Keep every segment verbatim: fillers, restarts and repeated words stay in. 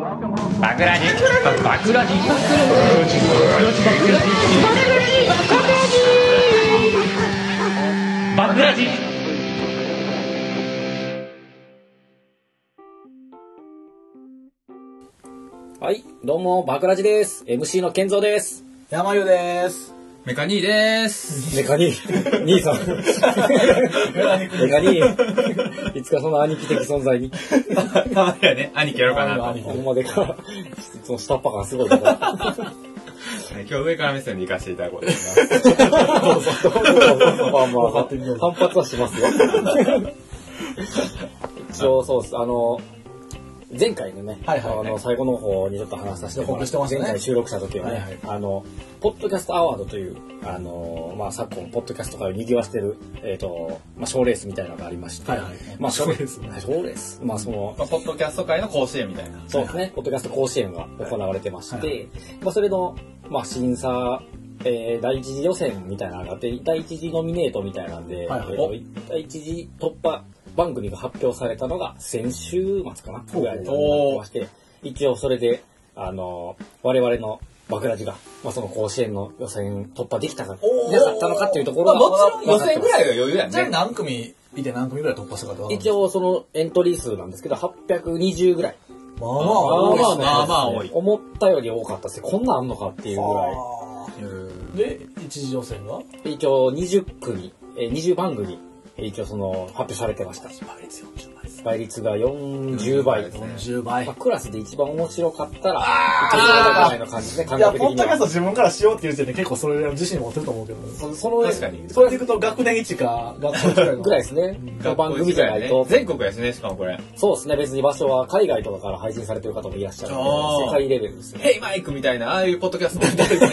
バクラジバクラジバクラジ。 はい、どうもバクラジです。 エムシー の健三です。 山湯です。 メカニーです。 メカニー兄さんメカニーいつかその兄貴的存在にたまにはね、兄貴やろうかなと。 ほんまでかその下っ端感すごいから今日上から目線で行かせていただこうと思います。 どうぞどうぞまあまあ反発はしますよ一応そうです。あの前回のね、はいはいはい、あの最後の方にちょっと話させてもらって、前回収録した時はね、はいはい、あのポッドキャストアワードというあのまあ昨今ポッドキャスト界を賑わしてるえっ、ー、とまあ賞レースみたいなのがありまして、はいはい、まあ賞レース、賞レース、まあその、 まあ、ポッドキャスト界の甲子園みたいな、 そうですね、ポッドキャスト甲子園が行われてまして、はいはい、まあそれのまあ審査えー、第一次予選みたいなのがあって、第一次ノミネートみたいなんで、はいはい、えー、第一次突破番組が発表されたのが先週末かなぐらいになってまして、一応それであの我々のバクラジが、まあ、その甲子園の予選突破できたかなかったのかっていうところが、 まあ、もちろん予選ぐらいが余裕やね。 じゃあ何組いて何組ぐらい突破したかと。 一応そのエントリー数なんですけどはっぴゃくにじゅうぐらい。 まあまあ多いですね。 まあまあ多い。 思ったより多かったですね。こんなんあんのかっていうぐらい。 で一次予選が一応にじゅっくみ、えー、にじゅうばんぐみ一応その発表されてました。倍率がよんじゅうばい。よんじゅうばい。まあ、クラスで一番面白かったら、一番ぐらいの感じで、感覚的には。 いや、ポッドキャスト自分からしようっていう時点で結構それぐらいの自信持ってると思うけど、 そ, その確かに。 それでいくと学年一か、学校違いの。 ぐらいですね。うん、番組じゃないと。 全国ですね、しかもこれ。 そうですね、別に場所は海外とかから配信されてる方もいらっしゃるので、世界レベルですね。 ヘイマイクみたいな、ああいうポッドキャストみたいな。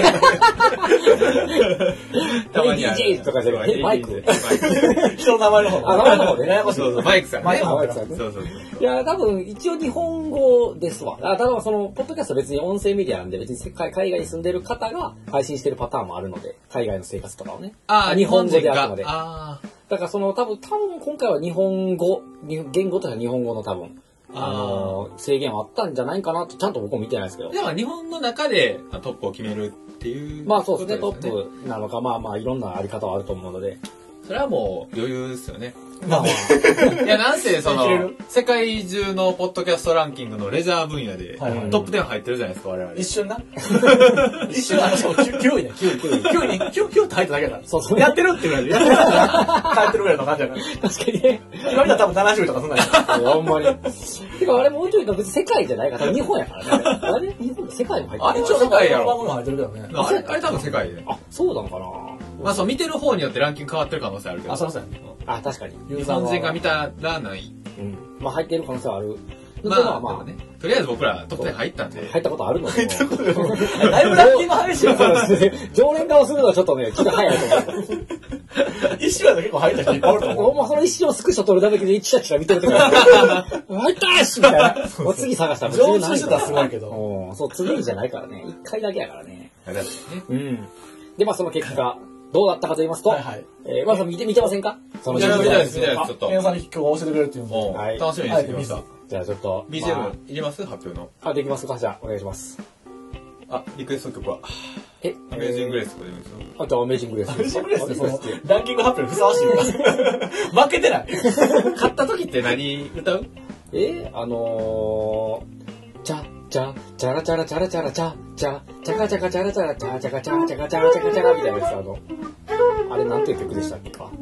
たまには。ディージェー とかじゃなくて、マイク。 人の名前の方。 あ、名前の方でね。 そうそう、マイクさんね。 マイクさんね。そうそうそう。いや、多分、一応日本語ですわ。あ、ただその、ポッドキャスト別に音声メディアなんで、別に世界、海外に住んでる方が配信してるパターンもあるので、海外の生活とかをね。 ああ、 日本語であくまで。 ああ。 だからその、多分、多分今回は日本語、言語としては日本語の多分、あのー、制限はあったんじゃないかなと、ちゃんと僕も見てないですけど。 でも日本の中でトップを決めるっていう、ね。 まあそうですね、トップなのか、まあまあいろんなあり方はあると思うので。 それはもう余裕ですよね。 まあまあ。 いや、なんせその、世界中のポッドキャストランキングのレジャー分野で、トップじゅう入ってるじゃないですか、我々。 一瞬な。一瞬、あの、そう、きゅういね、きゅうい、きゅうい。きゅういに、きゅういって入っただけだから。そうそう。やってるってぐらいで、やってるって入ってるぐらいの感じだから。 確かにね。 今見たら多分ななじゅうとかそんなんや。 ほんまに。てか、あれもうちょいと別に世界じゃないから、多分日本やからね。あれ日本世界も入ってる。 あれ一応世界やろ。 番組も入ってるけどね。 あれ、あれ多分世界で。 あ、そうなのかな。 まあそう、見てる方によってランキング変わってる可能性あるけど。 あ、そうそうやね。 あ、確かに。 日本人が見たらない。 うん。まあ入ってる可能性はある。 まあまあね。とりあえず僕らトップじゅう入ったんで。 入ったことあるので。 入ったことある。だいぶランキング配信そうですね。常連化をするのはちょっとね、気が早いと思う。 一瞬は結構入った人いっぱいおると思う。 もうその一瞬をスクショ撮るだけでチラチラ見てるとか。入ったーしみたいな。もう次探したら常駐してたらすごいけど。 そう、次じゃないからね。一回だけやからね。 だってね。 うん。で、まあその結果。どうだったかと言いますと、はいはい、えー、まず見て、見てませんか？ その見てないです、見てないです、ちょっと。 皆さんに今日教えてくれるっていうので、はい、楽しみにしてます。 じゃあちょっと。 ビージーエム いります発表の。 あ、できますか？じゃあ、お願いします。 あ、リクエスト曲は。 えアメージングレースとかでもいいですよ。 あとアメージングレース。 アメージングレースってその、ランキング発表にふさわしい負けてない。 勝った時って何歌う？ えー、あのー、チャ、チャ、チャラチャラチャラチャラチャ、チャ、チャカチャカチャラチャラチャ、チャカチャチャカチャラチャカチャラみたいなやつ、あの、あれなんていう曲でしたっけか。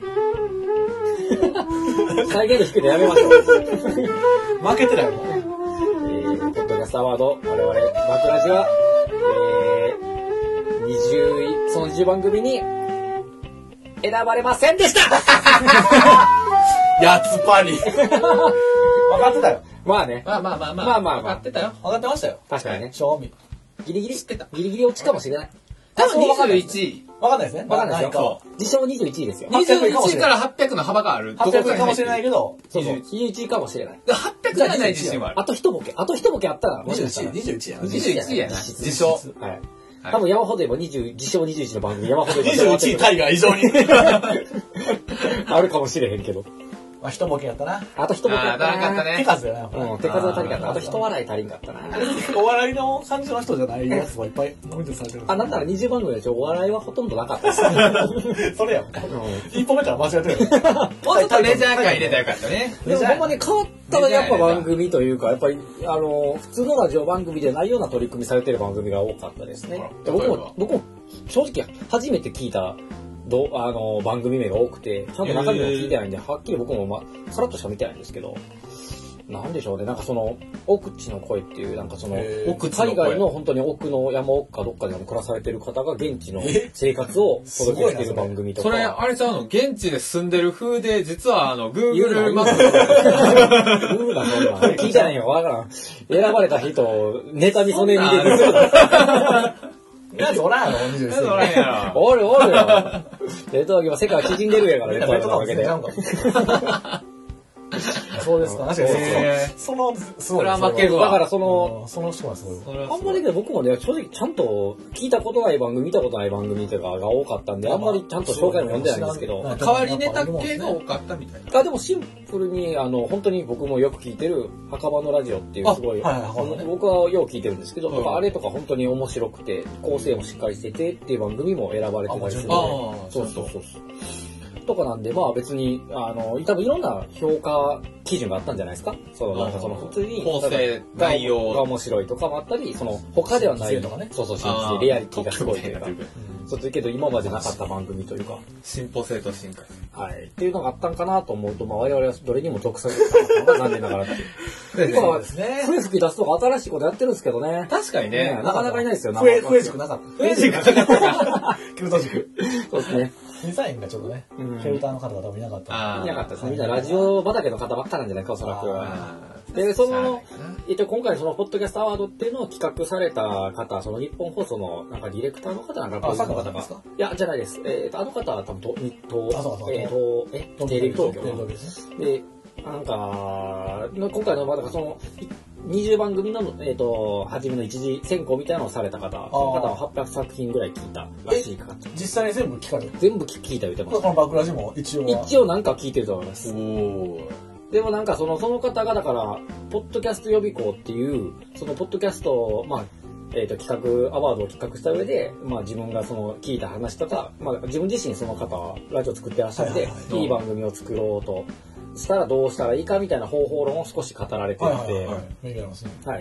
再現の低いのやめましょう。 負けてないもん。 えー、ポッドキャストアワード、我々、バクラジは、えー、にじゅう、そのにじゅうばん組に、選ばれませんでしたやつぱり。分かってたよ。 まあね。 まあまあまあまあ。 まあまあ分かってたよ。 分かってましたよ。 確かにね。 賞味。 ギリギリ知ってた。ギリギリ落ちかもしれない。 多分にじゅういちい。 分かんないですね。 分かんないですよ。自称にじゅういちいですよ。 にじゅういちいからはっぴゃくの幅がある。 はっぴゃくかもしれないけど、 そうそう。にじゅういちいかもしれない。 はっぴゃくじゃない自信はある。 あと一ボケ。あと一ボケあったら、 にじゅういちい。にじゅういちいやな。 にじゅういちいやな。自称。 はい。多分山ほど言えばにじゅう、自称にじゅういちの番組、山ほど言えばにじゅういちいタイガー異常に。 あるかもしれへんけど。 まあ、一ボケやったな。 あと一ボケやったな。 あー、なかったね。 手数やな。 うん、手数は足りんかった。あと一笑い足りんかったな。 お笑いの感じの人じゃないやつがいっぱいノミネートされてる。 あ、なんならにじゅうばんぐみでお笑いはほとんどなかったです。 それやん。一歩目から間違えてる。 もうちょっとレジャー感入れたらよかったね。 でもほんまに変わったらやっぱ番組というか、やっぱり、あの、普通のラジオ番組でないような取り組みされてる番組が多かったですね。僕も、僕も正直初めて聞いたどあの番組名が多くて、ちゃんと中身も聞いてないんで、はっきり僕も、ま、さらっとしか見てないんですけど、なんでしょうね、なんかその、奥地の声っていう、なんかその、海外の本当に奥の山奥かどっかで暮らされてる方が現地の生活を届けしている番組とか。 それ、あれちゃうの現地で住んでる風で、実はあの、Google マップ。 Google だ、そんな。聞いてないよ、わからん。選ばれた人をネタにそねみでる。 なんでおらんやろ、にじゅういっせいき。 おらんやろ。 おるおるよ。レッドアギは世界縮んでるやから、レッドアギのわけで。 そうですか、確かに。その、すごい。 それは負けるわ。 だからその、 その人はすごい。 あんまりね、僕もね、正直ちゃんと聞いたことない番組、見たことない番組とかが多かったんで、あんまりちゃんと紹介も読んでないんですけど。 代わりネタ系が多かったみたいな。 あ、でもシンプルに、あの、本当に僕もよく聞いてる、墓場のラジオっていうすごい、僕はよく聞いてるんですけど、とかあれとか本当に面白くて、構成もしっかりしててっていう番組も選ばれてたりするので、そうそうそうそう。とかなんで、まあ別に、あの、多分いろんな評価基準があったんじゃないですか。その、なんかその普通に、 構成、内容が面白いとかもあったり、その、他ではないとかね。 そうそう、新鮮、レアリティがすごいというか、そういうけど今までなかった番組というか、 進歩性と進化。 はい。っていうのがあったんかなと思うと、まあ我々はどれにも属されてたのが残念ながらっていう。今はですね、笛吹き出すとか新しいことやってるんですけどね。 確かにね。 なかなかいないですよ、 笛、笛軸なかった。 笛軸なかったか。 キルト軸。 そうですね。 審査員がちょっとね、キャルターの方が多分いなかった。 いなかったですね。みんなラジオ畑の方ばっかなんじゃないか、おそらく。で、その、一応今回そのポッドキャストアワードっていうのを企画された方、その日本放送のなんかディレクターの方なんか、 あ、坂方が。 田ですか？ いや、じゃないです。えっと、あの方は多分、と、日東、 あ、そうそう。 えっと、え、テレビ東京。 で、 なんか、今回の、まあ、その、にじゅうばん組の、えっと、初めの一次選考みたいなのをされた方、その方ははっぴゃくさくひんぐらい聞いたらしいかかって。 実際に全部聞かれる？ 全部聞いた言うてます。 このバクラジも一応一応なんか聞いてると思います。 おー。 でもなんかその、その方がだから、ポッドキャスト予備校っていう、そのポッドキャストを、まあ、えっと、企画、アワードを企画した上で、まあ自分がその聞いた話とか、まあ自分自身その方はラジオ作ってらっしゃって、いい番組を作ろうとしたらどうしたらいいかみたいな方法論を少し語られていて、はい。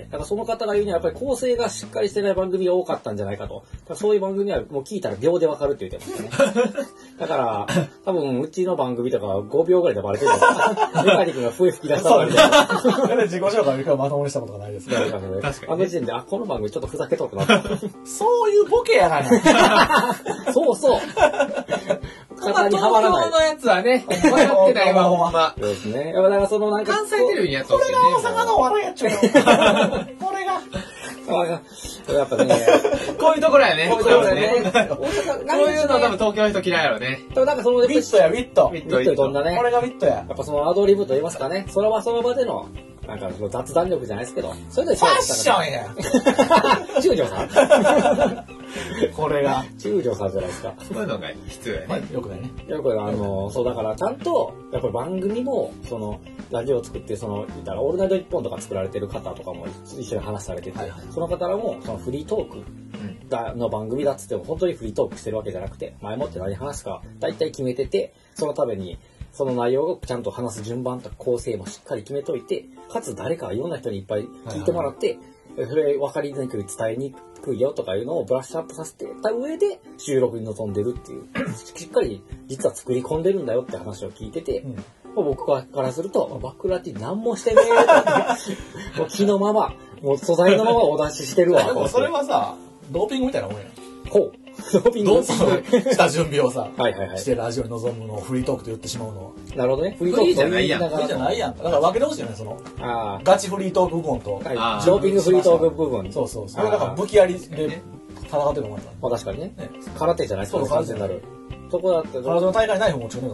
だからその方が言うにはやっぱり構成がしっかりしてない番組が多かったんじゃないかと。そういう番組はもう聞いたら秒でわかるって言ってましたね。だから、多分うちの番組とかごびょうぐらいでバレてるんですよ。メカニ君が笛吹き出したわけで。 自己紹介をまともにしたことがないですね。 確かに。あの時点で、あ、この番組ちょっとふざけとくなって。 そういうボケやがな。 そうそう。型にはまらない。 東京のやつはね、分かってないわ、ほんま。 そうですね。だからそのなんか。 関西テレビにやったこれが大阪の笑いやっちゃうよ。これが。 やっぱね。 こういうところやね。 こういうところやね。 こういうの多分東京の人嫌いやろね。 でもなんかその、 ウィットや、ウィット。 ウィットに飛んだね。 これがウィットや。 やっぱそのアドリブと言いますかね。その場その場での、なんかその雑談力じゃないですけど。それでファッションや。 中条さんこれが。 中条さんじゃないですか。 そういうのが必要やね。 よくないね。 よくあの、そうだからちゃんと、やっぱり番組も、その、ラジオを作って、その、言ったら、オールナイトニッポンとか作られてる方とかも一緒に話されてて、はいはい、その方らも、そのフリートークだの番組だっつっても、本当にフリートークしてるわけじゃなくて、前もって何話すか、大体決めてて、そのために、その内容をちゃんと話す順番とか構成もしっかり決めといて、かつ誰かいろんな人にいっぱい聞いてもらって、はいはいはい、それ分かりにくい、伝えにくいよとかいうのをブラッシュアップさせてた上で収録に臨んでるっていう、しっかり実は作り込んでるんだよって話を聞いてて、うん僕からすると、バックラティ何もしてねえもう気のまま、もう素材のままお出ししてるわ。 でもそれはさ、ドーピングみたいなもんや。 ほう。ドーピングドーピングした準備をさ、 はいはいはい、 してラジオに臨むのをフリートークと言ってしまうの。 なるほどね。 フリートークじゃないやん。 フリーじゃないやん。だから分けてほしいよね、その。 あガチフリートーク部分と。 はい、ドーピングフリートーク部分。 そうそう。それだから武器ありで戦ってるのもんやから。 まあ確かにね。ね空手じゃないですか、完全なる。そこだって。 体の大会ない方もちょうどいいと思うやん。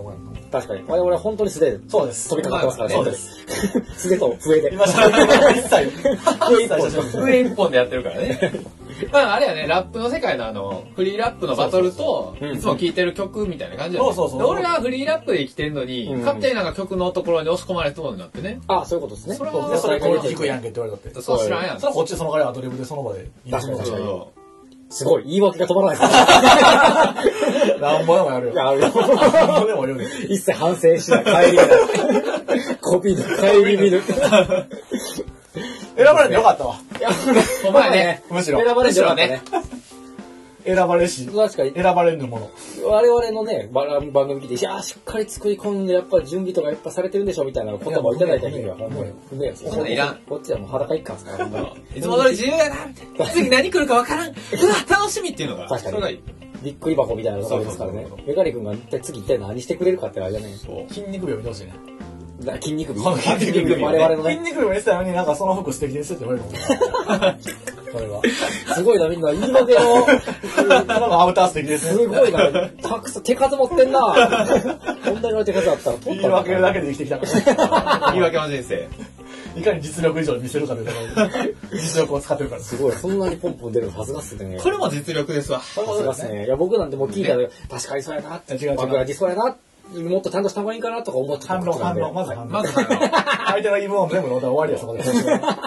確かに。我々は本当に素手でそうです。 飛びかかってますからね。 そうです。 素手と笛で。 今、一切、 上一本、上一本でやってるからね。まあ、あれやね、ラップの世界のあの、フリーラップのバトルと、いつも聴いてる曲みたいな感じだね。 そうそうそう。 俺がフリーラップで生きてんのに、勝手になんか曲のところに押し込まれそうになってね。 あ、そういうことですね。 それは、それこれ聞くやんけって言われたって。 そう知らんやん。 それはこっちその代わりアドリブでその場で。 確かに確かに。すごい、言い訳が止まらない。 なんぼでもやるよ。 やるよ。 なんぼでもやるよ。 一切反省しない。帰り見ない。コピーの帰り見る。 選ばれてよかったわ。 いや、 お前ね、 むしろ。 選ばれてよかったね。 選ばれし、 確かに。 選ばれぬもの。 我々のね、番組見て、いやー、しっかり作り込んで、やっぱり準備とかやっぱされてるんでしょみたいな言葉をいただいた日には、ほんまに、不明ですよ。 そんなんいらん。 こっちはもう裸一貫ですから、ほんまに。 いつも通り自由やなみたいな。次何来るかわからん。うわ、楽しみっていうのが。 確かに。 それがいい。 びっくり箱みたいなところですからね。メガネ君が一体次一体何してくれるかってあれじゃねえ。筋肉病見てほしいね。 筋肉美筋肉美我々のね。 筋肉美見せたのになんかその服素敵ですって言われるもんね。それは。 すごいな、みんな。言い訳の。 なんかアウター素敵ですね。 すごいな。たくさん手数持ってんな。こんなに俺手数あったら言い訳だけで生きてきたから。 言い訳の人生。 いかに実力以上に見せるかというところで、実力を使ってるから。 すごい。そんなにポンポン出るのさすがっすね。 これも実力ですわ。 さすがっすね。いや、僕なんてもう聞いたら、確かにそうやなって。 違う違う。 僕ら実そうやな。もっとちゃんとした方がいいかなとか思ってた。 反論、反論。まず反論。 まず反論。 相手の言い分を全部飲んだら終わりや、そこで。ちょ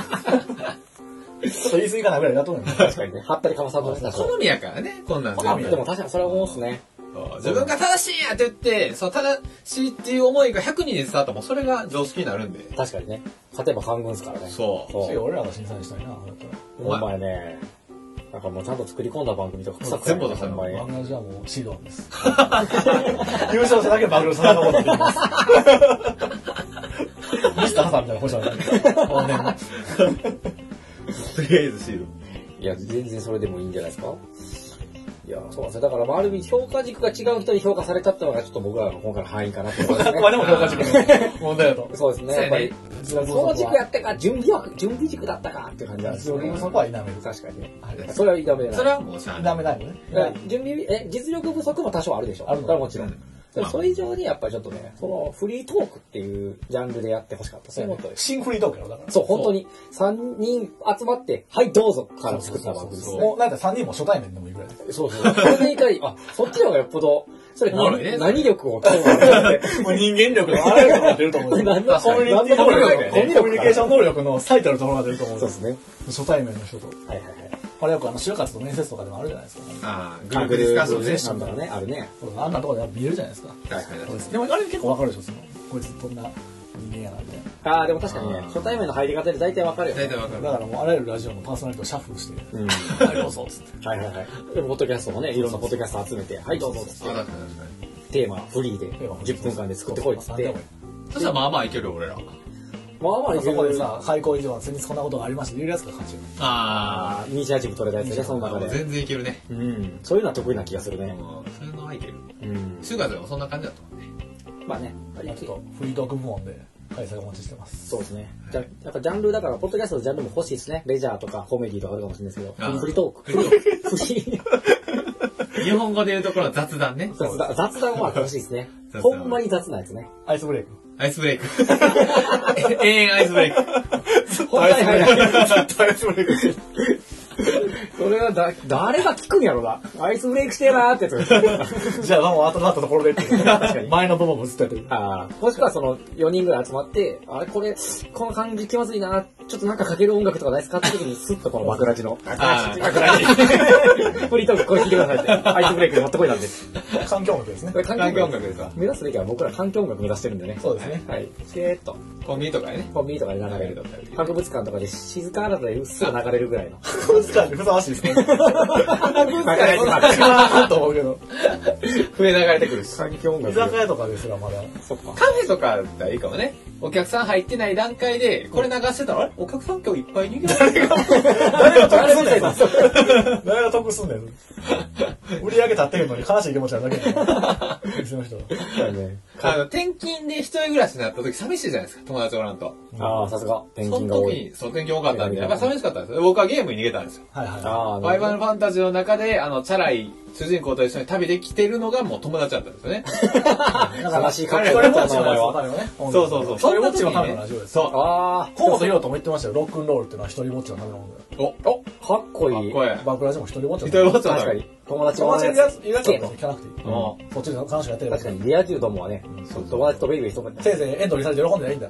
っと言い過ぎかなぐらいだと思うよ。 確かにね。はったりかまさんとね。 好みやからね、こんなんでも確かにそれは思うっすね。 自分が正しいんやって言って、そう、正しいっていう思いがひゃくにんに伝わったらもうそれが常識になるんで。 確かにね。勝てば半分ですからね。 そう。 そう。俺らが審査にしたいな、 お前ね。なんかもうちゃんと作り込んだ番組とか臭く全部出したの。 番組じゃもうシードです。優勝者だけ番組そのまま持ってきます。ミスターハサンみたいな星はとりあえずシード。 いや、全然それでもいいんじゃないですか。いや、そうなんですよ。だから、まあ、ある意味、評価軸が違う人に評価されたってのが、ちょっと僕らの今回の範囲かなと思いますね。 まあでも評価軸の問題だと。 そうですね。やっぱり、その軸やったか、準備は、準備軸だったかっていう感じなんですよね。 そこは否める。 確かにね。それは否めない。 それはもうしゃあない。否めないよね。 準備、え、実力不足も多少あるでしょ。 あるからもちろん。それ以上にやっぱりちょっとね、そのフリートークっていうジャンルでやってほしかった。そういうことです。 新フリートークやろ、だから。 そう、本当にさんにん集まって、はいどうぞから作った番組ですね。 もうなんかさんにんも初対面でもいいぐらい。 そうそう。それでいかに、あ、そっちの方がよっぽど、それ何、ね、何力を問うのってもう人間力のあらゆるのが出ると思う。何のコミュニケーション能力の最たるところが出ると思う。 そうですね。 初対面の人と。 はいはいはい。 あれよくあの、就活と面接とかでもあるじゃないですか。 ああ、グループディスカッションね。 なんだろうね、あるね。 あんなところで見えるじゃないですか。 はいはい。 でもあれ結構わかるでしょ、その、こいつどんな人間やな、みたいな。 ああ、でも確かにね、初対面の入り方で大体わかるよね。 大体わかる。 だからもうあらゆるラジオのパーソナリティをシャッフルして、 うん。 はい、どうぞ、つって。 はいはいはい。でも、ポッドキャストもね、いろんなポッドキャスト集めて、はい、どうぞ、つって。 確かに確かに。 テーマ、フリーで、じゅっぷんかんで作ってこい、つって。 そしたらまあまあいけるよ、俺ら。 まあまあいける。 そこでさ、開口以上は先日こんなことがありましたって言うやつが勝ちよ。 ああ、イニシアチブ取れたやつね、その中で。 全然いけるね。 うん。そういうのは得意な気がするね。 そういうのはいける。 うん。 就活でもそんな感じだと思うね。 まあね。 ちょっとフリートーク部門で開催お待ちしてます。 そうですね。じゃやっぱジャンルだから、ポッドキャストのジャンルも欲しいですね。レジャーとかコメディとかあるかもしれないですけど、フリートーク。フリー。フリー。日本語で言うところの雑談ね。 雑談、雑談は欲しいですね。ほんまに雑なやつね。 アイスブレイク。 アイスブレイク。永遠アイスブレイク。 本当に入らない。 ずっとアイスブレイクしてる。 それはだ、誰が聞くんやろな。アイスブレイクしてえなーってやつ。 じゃあもう後なったところでっていう。確かに。前の部分もずっとやってる。 ああ。もしくはそのよにんぐらい集まって、あれこれ、この感じ気まずいな、ちょっとなんかかける音楽とかないですかって時にスッとこの枕地の。 ああ。 枕地。フリートークこれ聞いてくださいって。アイスブレイクで持ってこいなんです。 環境音楽ですね。 これ環境音楽ですわ。目指すべきは僕ら環境音楽目指してるんでね。 そうですね。 はい。しーっと。 コンビニとかね。 コンビニとかで流れる。博物館とかで静かなでうっすら流れるぐらいの。 博物館でふさわしいですね。博物館でふさわしいと思うけど。 笛流れてくるし。 環境音楽。 居酒屋とかですらまだ。 そっか。 カフェとかだったらいいかもね。お客さん入ってない段階で、これ流してたら、あれお客さん今日いっぱいにぎわってる。 誰が得すんねん。誰が得すんねん。 売り上げ立ってるのに悲しい気持ちなだけだね。店の人は。 あの、転勤で一人暮らしになった時寂しいじゃないですか、友達おらんと。 ああ、さすが。転その勤が多い。 時に、そう、転勤多かったんで、やっぱ寂しかったんですよ。僕はゲームに逃げたんですよ。 はいはい。 ああ、 ファイナルファンタジーの中で、あの、チャラい主人公と一緒に旅できてるのがもう友達だったんですよね。 悲しい格一好だったな、 人ぼっちのお前は。 やつのためのね。 そうそうそう。 一人ぼっちのためのラジオです。 そう。 ああ、 河本ヒロトも言ってましたよ。ロックンロールっていうのは一人ぼっちのためのものだよ。 お、 かっこいい。 かっこいい。 バクラジも一人ぼっちの一ためのもの。 人ぼっちのため確かに。友達友も達いるやつ、いるやつは聞かなくていい。 うん。 そっちで楽しくやってればいい。 確かに、リア充どもはね、友達とベイベーしとかせいぜいエントリーされて喜んでないいんだ。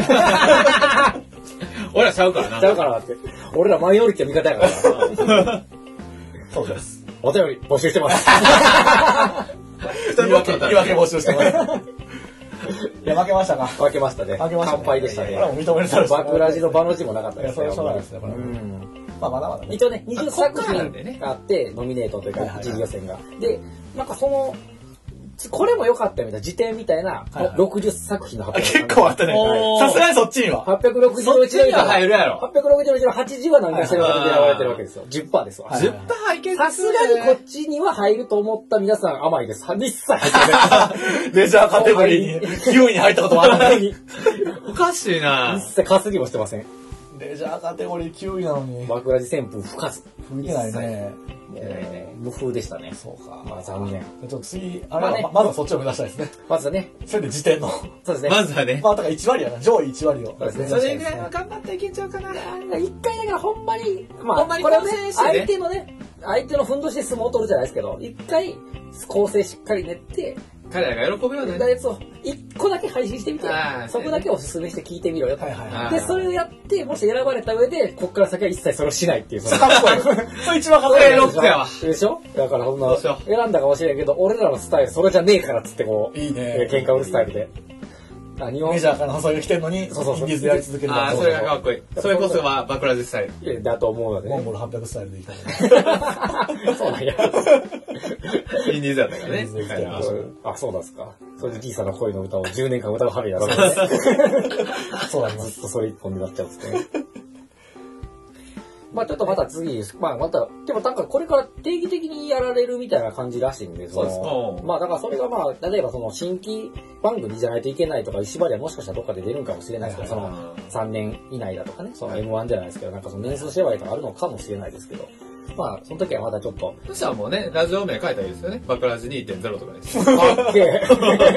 俺らちゃうからな。 ちゃうからって。俺らマイノリティの味方やからな。 そうです。 お便り募集してます。 言い訳、言い訳募集してます。いや、負けましたか。 負けましたね。 負けましたね。 乾杯でしたね。 これはもう認められた。 バクラジの場の字もなかったいや、 ですね。 それはしょうがないですね、これは。 うんまあ、まだまだね。 一応ね、にじゅっさくこっからなんでね品あって、ノミネートというか、 はいはいはい一次予選が。で、なんかその、これも良かったみたいな、辞典みたいなはいはい、 ろくじゅっさく品の発あ表。 結構あったねおー。 さすがにそっちには。 はっぴゃくろくじゅうのうちのそっちには入るやろはっぴゃくろくじゅうのうちのはちじゅうは何かしらので選ばれてるわけですよ。じゅっパーセントですわ。 はいじゅっパー拝見さすがにこっちには入ると思った皆さん甘いです。一切入ってない。 メジャーカテゴリーにきゅういに入ったこともあるのに。 おかしいな一切かすりもしてません。 メジャーカテゴリーきゅういなのに。 バクラジ旋風吹かず。 吹いてないね。 えー無風でしたね。 そうか。 まあ残念。 ちょっと次、あれは、 まあねままずはそっちを目指したいですね。 まずはね、 それで時点の。 そうですね。 まずはね。 まあ、だからいち割やな。上位いち割を。 そうですねそれぐらいは頑張っていけちゃうかな。 一回だからほんまに、まあ、 ほんまにこれはね構成してね相手のね、相手のふんどしで相撲を取るじゃないですけど、一回構成しっかり練って、 彼らが喜ぶようなやつを一個だけ配信してみてあー、 そこだけおすすめして聞いてみろよと。 はいはいはいで、それをやって、もし選ばれた上で、こっから先は一切それをしないっていう。そのかっこいい。それ一番かっこいい。 これロックやわ。 でしょだからほんなそうしよう選んだかもしれんけど、俺らのスタイルそれじゃねえからっつってこう、 いいねえー喧嘩売るスタイルで。あ、日本メジャーからの誘いが来てんのに、インデそうそうそうィーズでやり続けるああ、それがかっこいい。それこそはバクラジスタイル。 いやだと思うのでね。 モンゴルはっぴゃくスタイルでいいかそうなんや。 インディーズだったからねインディーズ。 彼らはあ、そうなんですか。それで小さな恋の歌をじゅうねんかん歌うはめやろ。 ら。そうなります。 ずっとそれ一本になっちゃうっつってね。まあちょっとまた次、まあまた、でもなんかこれから定期的にやられるみたいな感じらしいんで、 そうですのかまあだからそれがまあ、例えばその新規番組じゃないといけないとか、石張りはもしかしたらどっかで出るんかもしれないですけど、そはいのさんねん以内だとかね、その エムワン じゃないですけど、なんかその年数縛りとかあるのかもしれないですけど、まあその時はまたちょっと、 そしたらもうね、ラジオ名書いたらいいですよね。バクラジ にてんゼロ とかです。 かっけえ。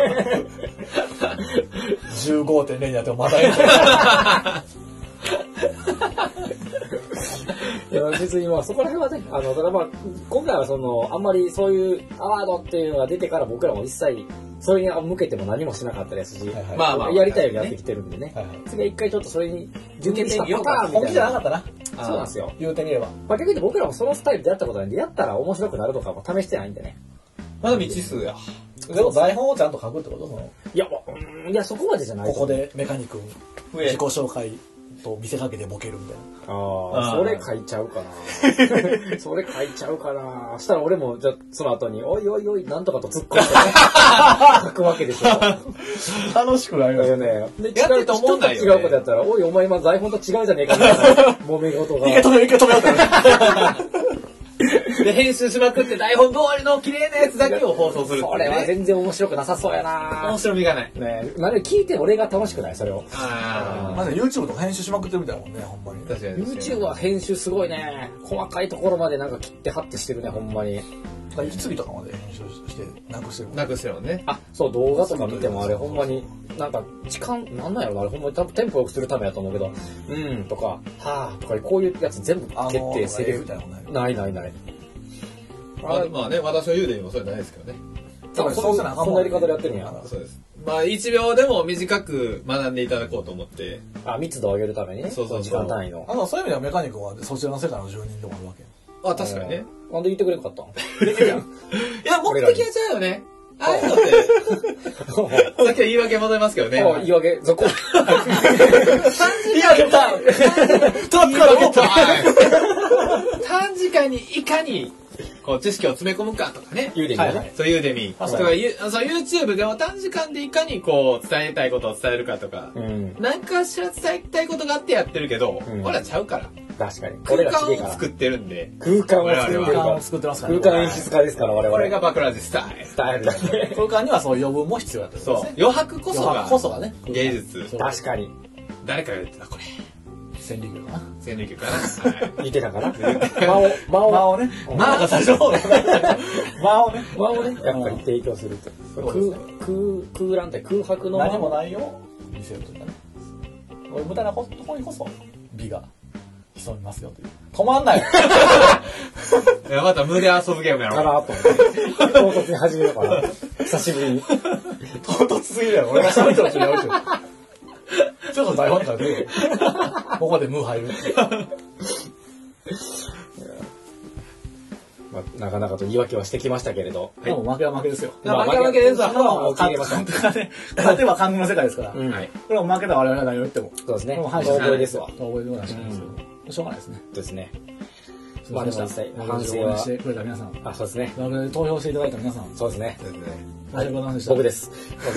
じゅうごてんゼロ になってもまたエントリー。 いや別にまあそこら辺はね、あの、ただまあ、今回はその、あんまりそういうアワードっていうのが出てから僕らも一切、それに向けても何もしなかったですし、 はいはいまあまあやりたいようにやってきてるんでね。 はいはい次は一回ちょっとそれに準備したパターンみ本気たいな。 じゃなかったな。 そうなんですよ。 言うてみれば。 まあ逆に言って僕らもそのスタイルでやったことないんで、やったら面白くなるとかも試してないんでね。 まだ未知数や。 でも台本をちゃんと書くってことそのいや、うんいや、そこまでじゃないここでメカニ君、 増え自己紹介と見せかけてボケるみたいな。 ああ、 あーそれ書いちゃうかな。それ書いちゃうかな。したら俺も、じゃあその後に、おいおいおい、なんとかと突っ込んで、ね、書くわけでしょ。 楽しくないだよね。で、 やってて思んないよね違うことやったら、おい、お前今台本と違うじゃねえかみたいな、揉め事が。 いけ止めよう、いけ止めようって。 で、編集しまくって台本通りの綺麗なやつだけを放送するっていうね。 それは全然面白くなさそうやな面白みがない。 ねえ、なんで聞いて俺が楽しくないそれを。 あまず YouTube とか編集しまくってるみたいなもんね、ほんまに。 あ。確かに。 YouTube は編集すごいね。細かいところまでなんか切って貼ってしてるね、ほんまに。 息継ぎとかまで編集してなくしてるもん。 なくしてるもんね。 あ、そう、動画とか見てもあれほんまに、なんか時間、なんなんやろな、あれほんまに多分テンポ良くするためやと思うけど、うんとか、はぁとか、こういうやつ全部決定、セリフみたいなもんね。 ないないない。 まあ、まあね、私の言うでにもそれないですけどね。 だからそうせなあかんもんそんなやり方でやってるんや。 そうです。まあ、いちびょうでも短く学んでいただこうと思って。 あ、密度を上げるためにね。 そうそうそう時間単位の。 あの、そういう意味ではメカニ君はそちらの世界の住人でもあるわけ。 あ、確かにね。 なんで言ってくれなかったのいや、目的はちゃうよね。ああいうのって、さっきは言い訳戻りますけどね。 あ、言い訳、そこ。 いや、でたトラックから持った短時間にいかに、こう、知識を詰め込むかとかね。 言うでみねはいはい。 そういうでみ。とか、ゆそう YouTube でも短時間でいかにこう、伝えたいことを伝えるかとか、 うん。 何かしら伝えたいことがあってやってるけど、 うん俺らちゃうから。 確かに。 空間俺らすげえからを作ってるんで。 空間を作ってる空間をか作ってますからら。 空間演出家ですから、我々。 これがバクラジスタイル。 スタイルだね。 空間にはそういう余分も必要だったんですそうね。。 余白こそ余が白こそがね。 芸術。 そう確かに。 誰かが言ってた、これ。 千里魚かな。 千里球かな。はい。 言ってたかな間を、間を、 間をね。間が最初の方ね。間をね。 間をね、やっぱり提供すると。 そうですね空、空、空欄って空白の間何もないよう見せるというかね。こういう無駄なところにこそ美が潜みますよという。止まんないよ。 いや、また無で遊ぶゲームやろ。 かなと思って。唐突に始めようかな。久しぶりに。 唐突すぎるやろ。俺が喋ってるうちにやるけど。ちょっと台本から出るよ。ここでムー入るっていう。 まあ、なかなかと言い訳はしてきましたけれど。 でも負けは負けですよ。 まあ負けは負けですわ。 まあまあもう切れました監督がね、勝てば監督の世界ですから。 うんはい。 これも負けた我々が何を言っても。 そうですね。 もう覚敗者えですわ。 覚えでもないしないですけど。しょうがないですね。 ですね。 すいませんでした。 まあでも実際反省は応援してくれた皆さん。 あ、そうですね。 我々で投票していただいた皆さん。 そうですね。 そうですね。 申し訳ございませんでした。 僕です。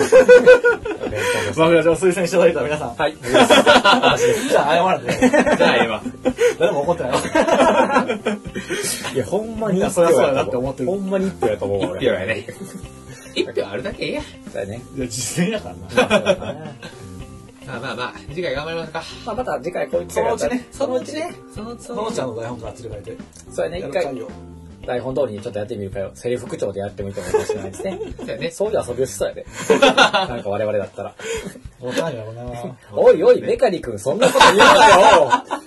我々を推薦していただいた皆さん。 はい。僕です私です。 じゃあ謝らんで。 じゃあ、ええわ。 誰も怒ってない。 いや、ほんまに一票そりゃそうやなやと思う。 って思ってるほんまに一票やと思うわ、 一俺。 票やね。一票あるだけええや。 だよね。 いや、実践やからな。 まあまあまあ、次回頑張りますか。 まあ、また次回こういう機そ会があったらのうちね、 そのうちね。そのうちそのうちあの台本から連れ替えて。 そうやね、一回やる会を台本通りにちょっとやってみるかよ。セリフ口調でやってもいいと思うかもしれないですね。 そうやね。 そういう遊びをしそうやで。なんか我々だったら。 わかんやろな。 おいおい、メカニ君、そんなこと言うなよ。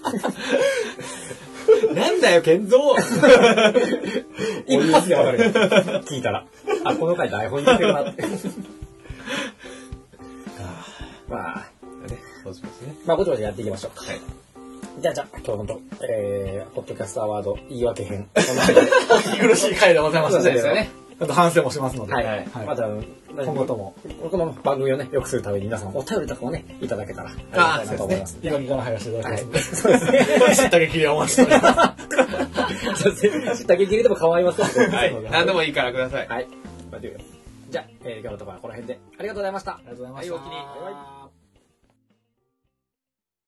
なんだよ、健三。 一発でわかるよ。聞いたら。あ、この回台本入れてるなって。まあ、 ね、そうしますね。 まあ、ぼちぼちやっていきましょうか。 はい。 じゃあ、じゃあ、今日のと、えー、ポッドキャストアワード言い訳編。 お聞き苦しい回でございますね。 そうですよね。 ちょっと反省もしますので。 はい。 はいまた、 今後とも。 この番組をね、良くするために皆さんお便りとかもね、いただけたらありがたいなと思います。 いがきから入らせていただきますので。 そうですね。 知った激励をお待ちしております。 そうですね。知った激励でも構いません。 はい。何でもいいからください。 はい。じゃあ、えー今日のところはこの辺でありがとうございました。 ありがとうございました。 はいおおきにバイバイ